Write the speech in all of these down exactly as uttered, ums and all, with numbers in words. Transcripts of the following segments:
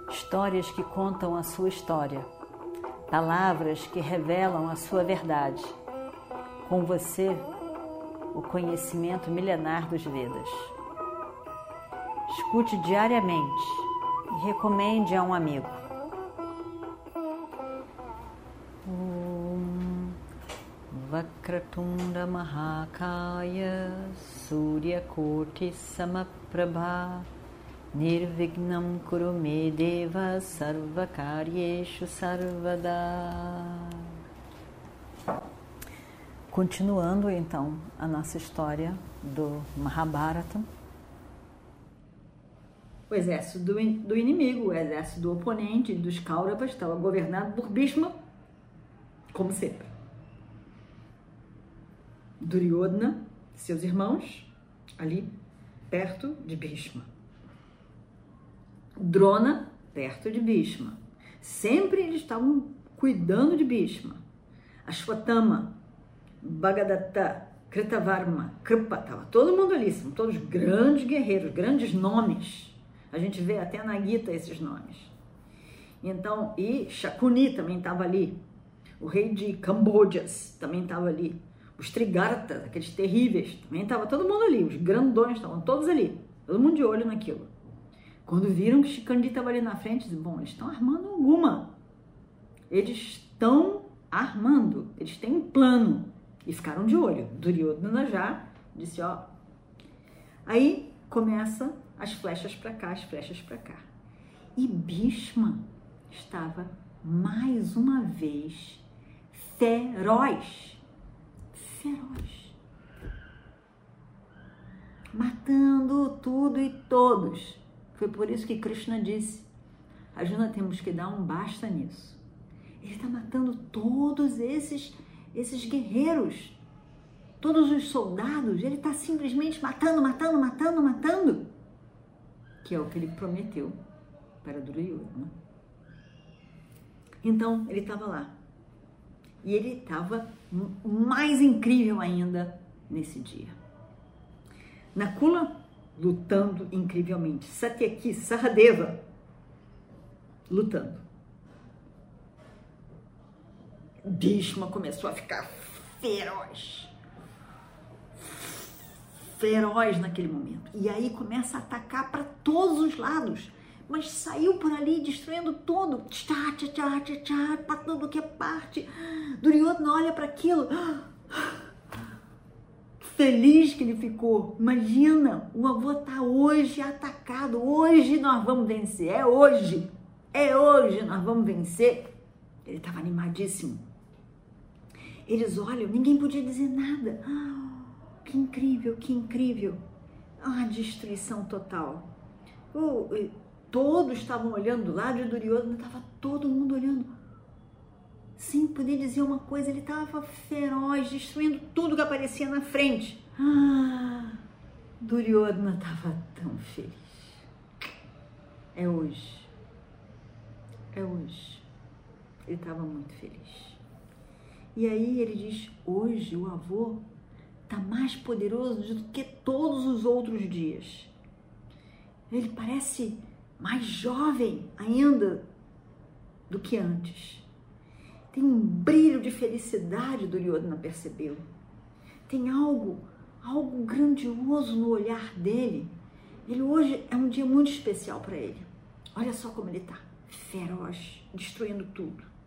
histórias que contam a sua história, palavras que revelam a sua verdade. Com você, o conhecimento milenar dos Vedas. Escute diariamente e recomende a um amigo. Om Vakratunda Mahakaya Suryakoti Samaprabha Nirvignam Kurume Deva Sarvakaryeshu Sarvada. Continuando então a nossa história do Mahabharata. O exército do, in, do inimigo, o exército do oponente, dos Kauravas, estava governado por Bhishma, como sempre. Duryodhana, seus irmãos, ali perto de Bhishma. Drona, perto de Bhishma. Sempre eles estavam cuidando de Bhishma. Ashwatthama, Bhagadatta, Kritavarma, Kripa, estava todo mundo ali, são todos grandes guerreiros, grandes nomes. A gente vê até na Gita esses nomes. Então, e Shakuni também estava ali. O rei de Cambojas também estava ali. Os Trigartas, aqueles terríveis, também estava todo mundo ali. Os grandões estavam todos ali. Todo mundo de olho naquilo. Quando viram que Shikandi estava ali na frente, disse, bom, eles estão armando alguma. Eles estão armando. Eles têm um plano. E ficaram de olho. Duryodhana já disse, ó. Aí começa as flechas para cá, as flechas para cá. E Bhishma estava mais uma vez feroz. Feroz. Matando tudo e todos. Foi por isso que Krishna disse, Arjuna, temos que dar um basta nisso. Ele está matando todos esses esses guerreiros, todos os soldados, ele está simplesmente matando, matando, matando, matando, que é o que ele prometeu para Duryodhana. Então, ele estava lá. E ele estava mais incrível ainda nesse dia. Nakula lutando incrivelmente. Satyaki, Sahadeva lutando. Bhishma começou a ficar feroz. Feroz naquele momento. E aí começa a atacar para todos os lados. Mas saiu por ali destruindo tudo. Tchá, tchá, tchá, tchá, tchá, para tudo que é parte. Duryodhana olha para aquilo. Feliz que ele ficou. Imagina, o avô está hoje atacado. Hoje nós vamos vencer. É hoje. É hoje nós vamos vencer. Ele estava animadíssimo. Eles olham, ninguém podia dizer nada. Ah, que incrível, que incrível. Ah, destruição total. Oh, todos estavam olhando do lado de Duryodhana, estava todo mundo olhando. Sim, podia dizer uma coisa, ele estava feroz, destruindo tudo que aparecia na frente. Ah, Duryodhana estava tão feliz. É hoje. É hoje. Ele estava muito feliz. E aí ele diz, hoje o avô está mais poderoso do que todos os outros dias. Ele parece mais jovem ainda do que antes. Tem um brilho de felicidade, Duryodhana percebeu. Tem algo, algo grandioso no olhar dele. Ele hoje é um dia muito especial para ele. Olha só como ele está, feroz, destruindo tudo.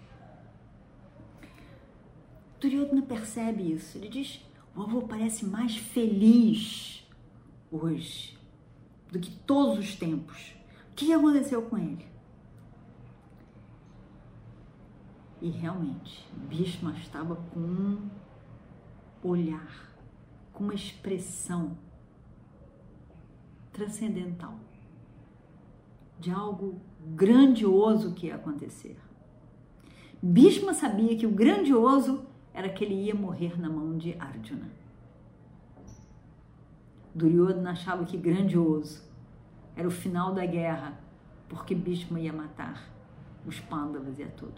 Duryodhana percebe isso. Ele diz, o avô parece mais feliz hoje do que todos os tempos. O que aconteceu com ele? E realmente, Bhishma estava com um olhar, com uma expressão transcendental de algo grandioso que ia acontecer. Bhishma sabia que o grandioso era que ele ia morrer na mão de Arjuna. Duryodhana achava que grandioso era o final da guerra, porque Bhishma ia matar os Pandavas e a todos.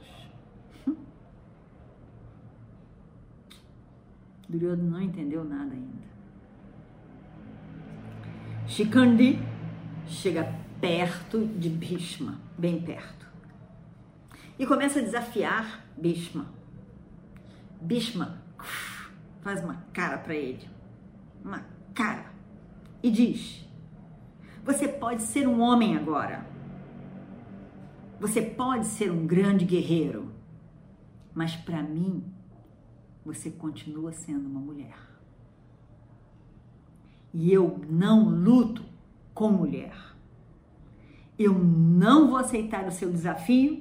Duryodhana não entendeu nada ainda. Shikandi chega perto de Bhishma, bem perto, e começa a desafiar Bhishma. Bhishma faz uma cara para ele, uma cara, e diz: você pode ser um homem agora, você pode ser um grande guerreiro, mas para mim você continua sendo uma mulher. E eu não luto com mulher. Eu não vou aceitar o seu desafio.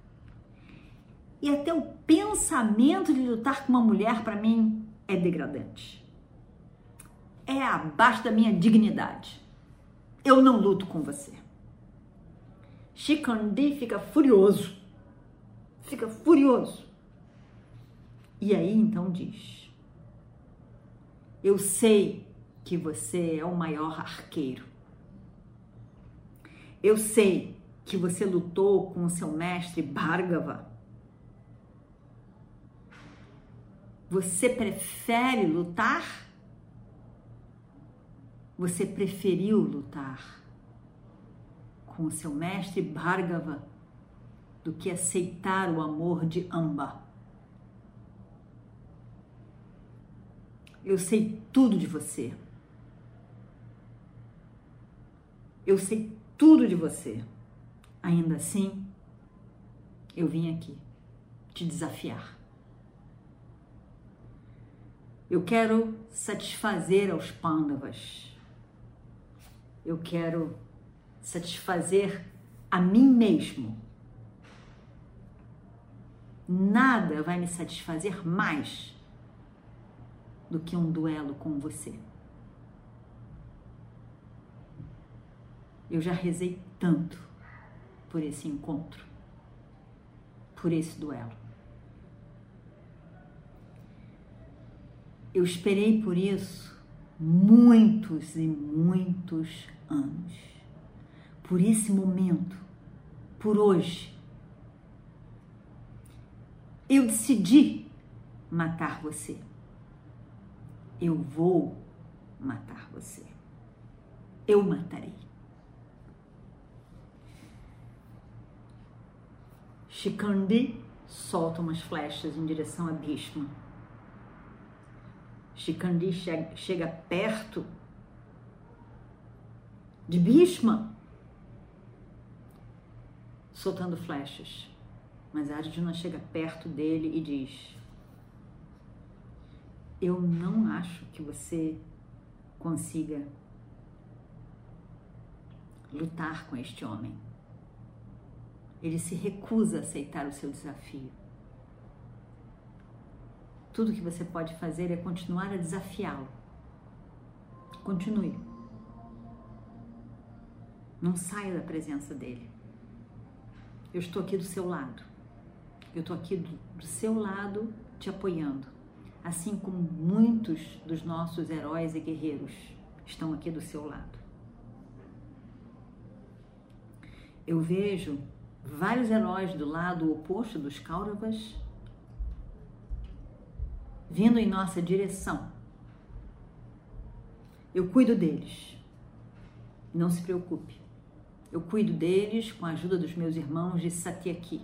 E até o pensamento de lutar com uma mulher, para mim, é degradante. É abaixo da minha dignidade. Eu não luto com você. Shikandi fica furioso. Fica furioso. E aí, então, diz: eu sei que você é o maior arqueiro. Eu sei que você lutou com o seu mestre Bhargava. Você prefere lutar? Você preferiu lutar com o seu mestre Bhargava do que aceitar o amor de Amba. Eu sei tudo de você. Eu sei tudo de você. Ainda assim, eu vim aqui te desafiar. Eu quero satisfazer aos Pandavas. Eu quero satisfazer a mim mesmo. Nada vai me satisfazer mais do que um duelo com você. Eu já rezei tanto por esse encontro, por esse duelo. Eu esperei por isso muitos e muitos anos. Por esse momento, por hoje. Eu decidi matar você. Eu vou matar você. Eu matarei. Shikandi solta umas flechas em direção a Bhishma. Shikandi che- chega perto de Bhishma, soltando flechas. Mas Arjuna chega perto dele e diz: eu não acho que você consiga lutar com este homem. Ele se recusa a aceitar o seu desafio. Tudo que você pode fazer é continuar a desafiá-lo. Continue. Não saia da presença dele. Eu estou aqui do seu lado. Eu estou aqui do, do seu lado te apoiando. Assim como muitos dos nossos heróis e guerreiros estão aqui do seu lado. Eu vejo vários heróis do lado oposto dos Kauravas vindo em nossa direção. Eu cuido deles. Não se preocupe. Eu cuido deles com a ajuda dos meus irmãos de Satyaki.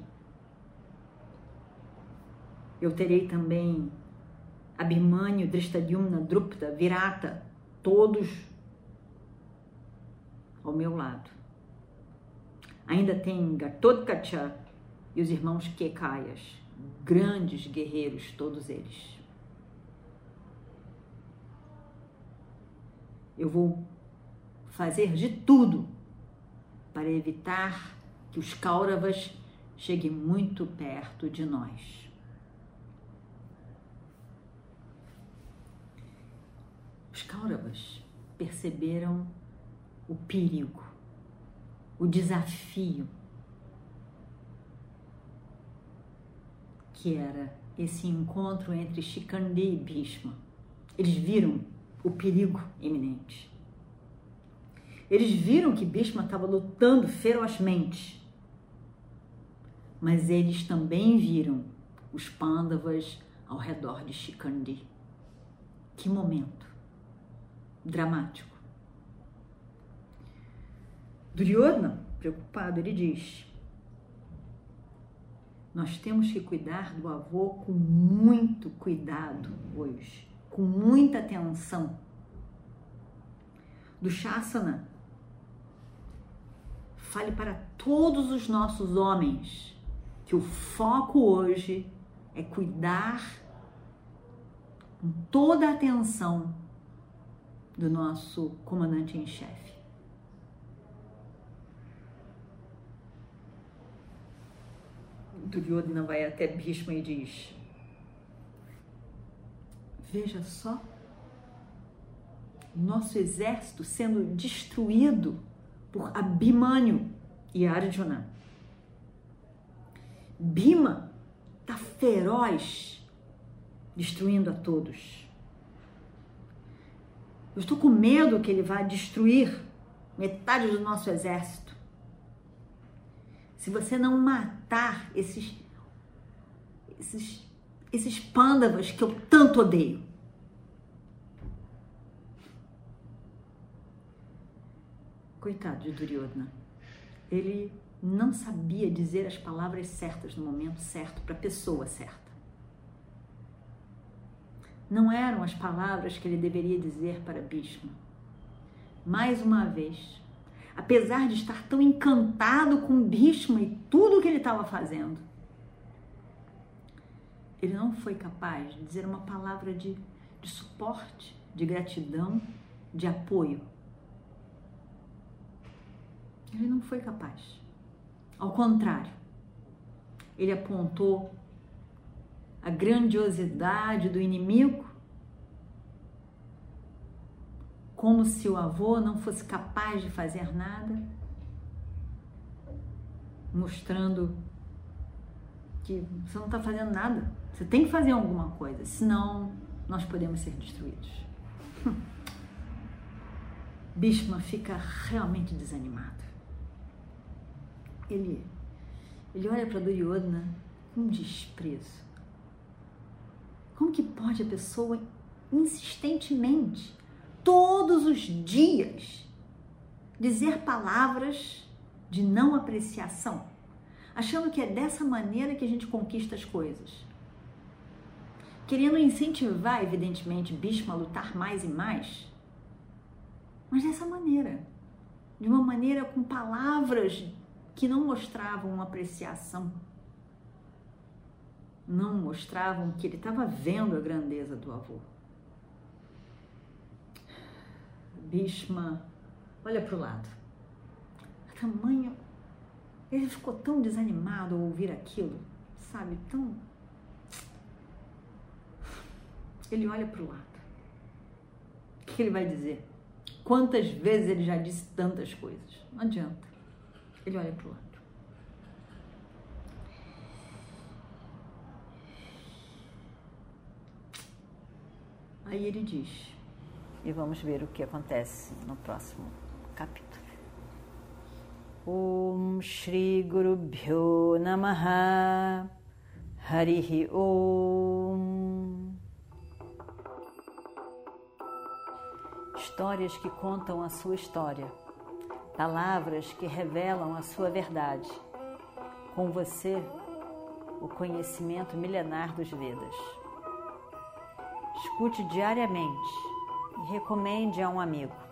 Eu terei também Abhimanyu, Drishtadyumna, Drupta, Virata, todos ao meu lado. Ainda tem Gatotkacha e os irmãos Kekayas, grandes guerreiros, todos eles. Eu vou fazer de tudo para evitar que os Kauravas cheguem muito perto de nós. Os Kauravas perceberam o perigo, o desafio que era esse encontro entre Shikandi e Bhishma. Eles viram o perigo iminente. Eles viram que Bhishma estava lutando ferozmente, mas eles também viram os Pandavas ao redor de Shikandi. Que momento dramático. Duryodhana, preocupado, ele diz: nós temos que cuidar do avô com muito cuidado hoje, com muita atenção. Dushasana, fale para todos os nossos homens que o foco hoje é cuidar com toda a atenção do nosso comandante em chefe. Duryodhana vai até Bhishma e diz: veja só, nosso exército sendo destruído por Abhimanyu e Arjuna. Bhima está feroz, destruindo a todos. Eu estou com medo que ele vá destruir metade do nosso exército. Se você não matar esses, esses, esses pândavas que eu tanto odeio. Coitado de Duryodhana. Ele não sabia dizer as palavras certas no momento certo para a pessoa certa. Não eram as palavras que ele deveria dizer para Bhishma. Mais uma vez, apesar de estar tão encantado com Bhishma e tudo o que ele estava fazendo, ele não foi capaz de dizer uma palavra de, de suporte, de gratidão, de apoio. Ele não foi capaz. Ao contrário, ele apontou a grandiosidade do inimigo, como se o avô não fosse capaz de fazer nada, mostrando que você não está fazendo nada, você tem que fazer alguma coisa, senão nós podemos ser destruídos. Bhishma fica realmente desanimado. Ele, ele olha para Duryodhana com desprezo. Como que pode a pessoa insistentemente, todos os dias, dizer palavras de não apreciação, achando que é dessa maneira que a gente conquista as coisas? Querendo incentivar, evidentemente, Bhishma a lutar mais e mais, mas dessa maneira, de uma maneira com palavras que não mostravam uma apreciação, não mostravam que ele estava vendo a grandeza do avô. Bhishma olha para o lado. A tamanho, ele ficou tão desanimado ao ouvir aquilo, sabe, tão... Ele olha para o lado. O que ele vai dizer? Quantas vezes ele já disse tantas coisas? Não adianta. Ele olha para o lado. Aí ele diz, e vamos ver o que acontece no próximo capítulo. Om Shri Guru Bhyo Namaha Harihi Om. Histórias que contam a sua história. Palavras que revelam a sua verdade. Com você, o conhecimento milenar dos Vedas. Escute diariamente e recomende a um amigo.